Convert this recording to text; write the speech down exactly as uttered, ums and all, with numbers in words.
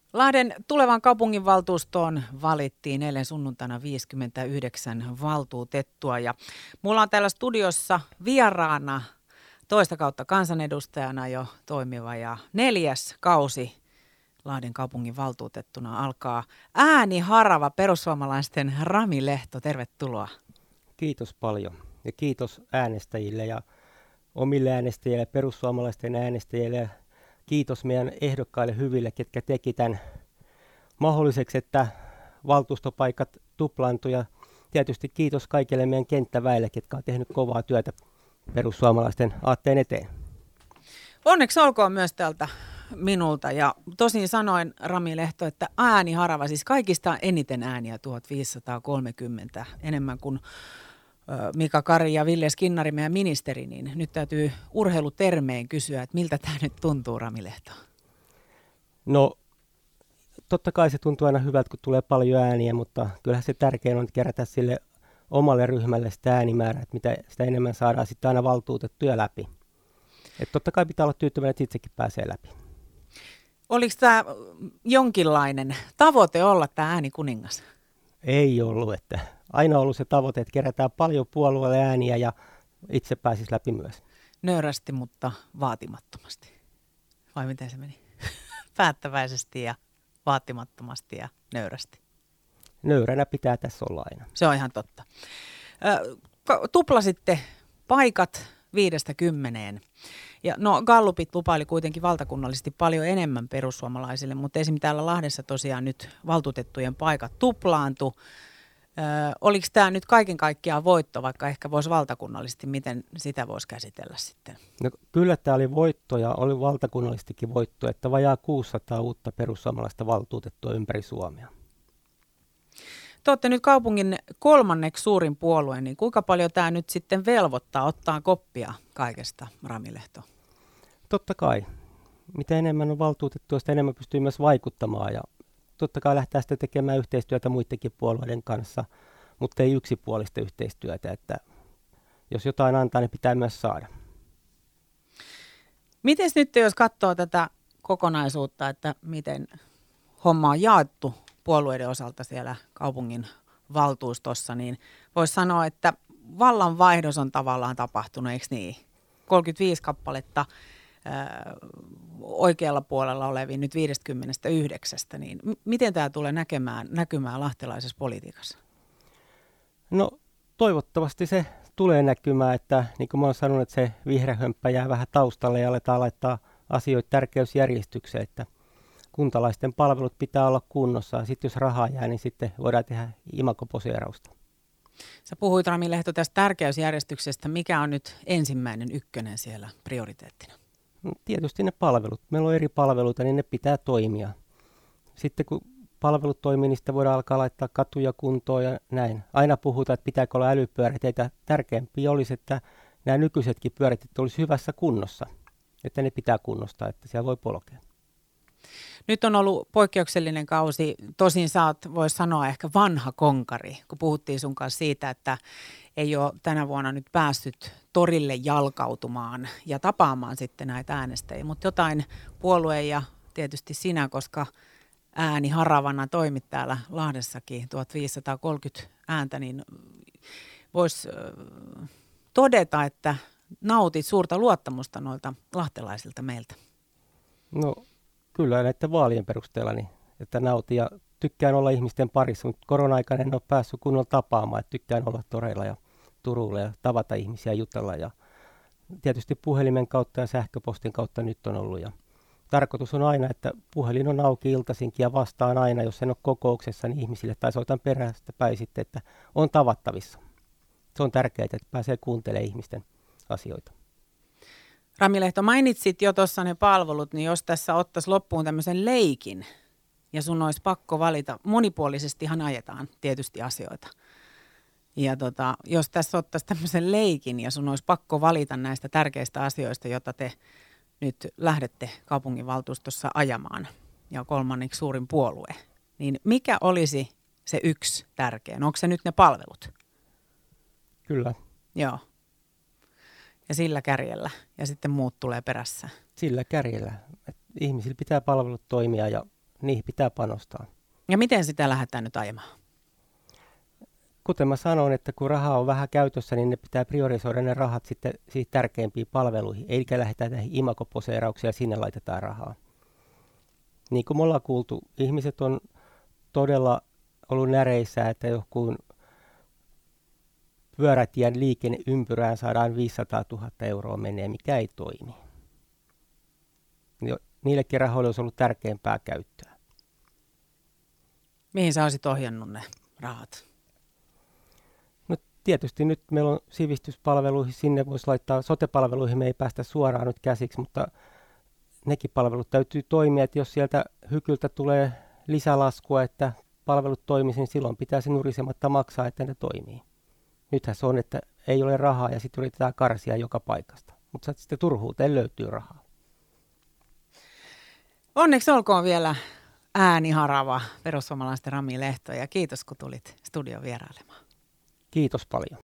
Lahden tulevan kaupunginvaltuustoon valittiin eilen sunnuntaina viisikymmentäyhdeksän valtuutettua ja mulla on täällä studiossa vieraana toista kautta kansanedustajana jo toimiva ja neljäs kausi Lahden kaupungin valtuutettuna alkaa ääni harava perussuomalaisten Rami Lehto. Tervetuloa. Kiitos paljon ja kiitos äänestäjille ja omille äänestäjille, perussuomalaisten äänestäjille ja kiitos meidän ehdokkaille hyville, ketkä teki tämän mahdolliseksi, että valtuustopaikat tuplaantui ja tietysti kiitos kaikille meidän kenttäväille, ketkä on tehnyt kovaa työtä perussuomalaisten aatteen eteen. Onneksi olkoon myös täältä minulta ja tosin sanoin Rami Lehto, että ääni harava, siis kaikista eniten ääniä tuhatviisisataakolmekymmentä, enemmän kuin Mika Kari ja Ville Skinnari, meidän ministeri, niin nyt täytyy urheilutermeen kysyä, että miltä tämä nyt tuntuu, Rami Lehto? No totta kai se tuntuu aina hyvältä, kun tulee paljon ääniä, mutta kyllähän se tärkein on kerätä sille omalle ryhmälle sitä äänimäärää, että mitä sitä enemmän saadaan sitten aina valtuutettuja läpi. Että totta kai pitää olla tyytyväinen, että itsekin pääsee läpi. Oliko tämä jonkinlainen tavoite olla tämä äänikuningas? Ei ollut, että aina ollut se tavoite, että kerätään paljon puolueelle ääniä ja itse pääsisi läpi myös. Nöyrästi, mutta vaatimattomasti. Vai miten se meni? Päättäväisesti ja vaatimattomasti ja nöyrästi. Nöyränä pitää tässä olla aina. Se on ihan totta. Tuplasitte paikat viidestä kymmeneen. Ja no gallupit lupaili kuitenkin valtakunnallisesti paljon enemmän perussuomalaisille, mutta esimerkiksi täällä Lahdessa tosiaan nyt valtuutettujen paikat tuplaantu. Ö, oliko tämä nyt kaiken kaikkiaan voitto, vaikka ehkä voisi valtakunnallisesti, miten sitä voisi käsitellä sitten? No, kyllä tämä oli voitto ja oli valtakunnallistikin voitto, että vajaa kuusisataa uutta perussuomalaista valtuutettua ympäri Suomea. Te olette nyt kaupungin kolmanneksi suurin puolue, niin kuinka paljon tämä nyt sitten velvoittaa ottaa koppia kaikesta, Rami Lehto? Totta kai. Mitä enemmän on valtuutettua, sitä enemmän pystyy myös vaikuttamaan ja totta kai lähtee sitten tekemään yhteistyötä muidenkin puolueiden kanssa, mutta ei yksipuolista yhteistyötä, että jos jotain antaa, niin pitää myös saada. Miten nyt, jos katsoo tätä kokonaisuutta, että miten homma on jaettu puolueiden osalta siellä kaupungin valtuustossa, niin voisi sanoa, että vallanvaihdos on tavallaan tapahtunut, eikö niin? kolmekymmentäviisi kappaletta ää, oikealla puolella oleviin nyt viisikymmentäyhdeksän, niin m- miten tämä tulee näkemään, näkymään lahtelaisessa politiikassa? No toivottavasti se tulee näkymään, että niin kuin mä oon sanonut, että se vihreä hömppä jää vähän taustalle ja aletaan laittaa asioita tärkeysjärjestykseen, että kuntalaisten palvelut pitää olla kunnossa. Sitten jos rahaa jää, niin sitten voidaan tehdä imagoposeerausta. Sä puhuit, Rami Lehto, tästä tärkeysjärjestyksestä. Mikä on nyt ensimmäinen ykkönen siellä prioriteettina? No, tietysti ne palvelut. Meillä on eri palveluita, niin ne pitää toimia. Sitten kun palvelut toimii, niin sitten voidaan alkaa laittaa katuja kuntoon ja näin. Aina puhutaan, että pitääkö olla älypyöräteitä. Tärkeämpi olisi, että nämä nykyisetkin pyörät olisi hyvässä kunnossa. Että ne pitää kunnostaa, että siellä voi polkea. Nyt on ollut poikkeuksellinen kausi. Tosin sä oot, voisi sanoa, ehkä vanha konkari, kun puhuttiin sun kanssa siitä, että ei ole tänä vuonna nyt päässyt torille jalkautumaan ja tapaamaan sitten näitä äänestäjiä. Mutta jotain puolue ja tietysti sinä, koska ääni haravana toimit täällä Lahdessakin, tuhatviisisataakolmekymmentä ääntä, niin voisi todeta, että nautit suurta luottamusta noilta lahtelaisilta meiltä. No kyllä näiden vaalien perusteella, niin, että nautin ja tykkään olla ihmisten parissa, mutta korona-aikana en ole päässyt kunnolla tapaamaan, että tykkään olla toreilla ja Turulla ja tavata ihmisiä, jutella ja tietysti puhelimen kautta ja sähköpostin kautta nyt on ollut ja tarkoitus on aina, että puhelin on auki iltaisinkin ja vastaan aina, jos en ole kokouksessa, niin ihmisille tai soitan perästä päin sitten, että on tavattavissa. Se on tärkeää, että pääsee kuuntelemaan ihmisten asioita. Rami Lehto, mainitsit jo tuossa ne palvelut, niin jos tässä ottaisi loppuun tämmöisen leikin ja sun olisi pakko valita, monipuolisestihan ajetaan tietysti asioita. Ja tota, jos tässä ottaisi tämmöisen leikin ja sun olisi pakko valita näistä tärkeistä asioista, joita te nyt lähdette kaupunginvaltuustossa ajamaan ja kolmanneksi suurin puolue, niin mikä olisi se yksi tärkein? Onko se nyt ne palvelut? Kyllä. Joo. Ja sillä kärjellä. Ja sitten muut tulee perässä. Sillä kärjellä. Et ihmisillä pitää palvelut toimia ja niihin pitää panostaa. Ja miten sitä lähdetään nyt ajamaan? Kuten mä sanoin, että kun rahaa on vähän käytössä, niin ne pitää priorisoida ne rahat sitten siitä tärkeimpiin palveluihin, eikä lähdetä näihin imagoposeerauksiin ja sinne laitetaan rahaa. Niin kuin me ollaan kuultu, ihmiset on todella ollut näreissä, että joku pyörätien liikenneympyrään saadaan viisisataatuhatta euroa menee, mikä ei toimi. Niillekin rahoille olisi ollut tärkeämpää käyttöä. Mihin sä olisit ohjannut ne rahat? No tietysti nyt meillä on sivistyspalveluihin, sinne voisi laittaa, sote-palveluihin me ei päästä suoraan nyt käsiksi, mutta nekin palvelut täytyy toimia, että jos sieltä hykyltä tulee lisälaskua, että palvelut toimisi, niin silloin pitäisi nurisematta maksaa, että ne toimii. Nythän se on, että ei ole rahaa ja sitten yritetään karsia joka paikasta, mutta sitten turhuuteen löytyy rahaa. Onneksi olkoon vielä ääniharava perussuomalaisten Rami Lehto ja kiitos kun tulit studion vierailemaan. Kiitos paljon.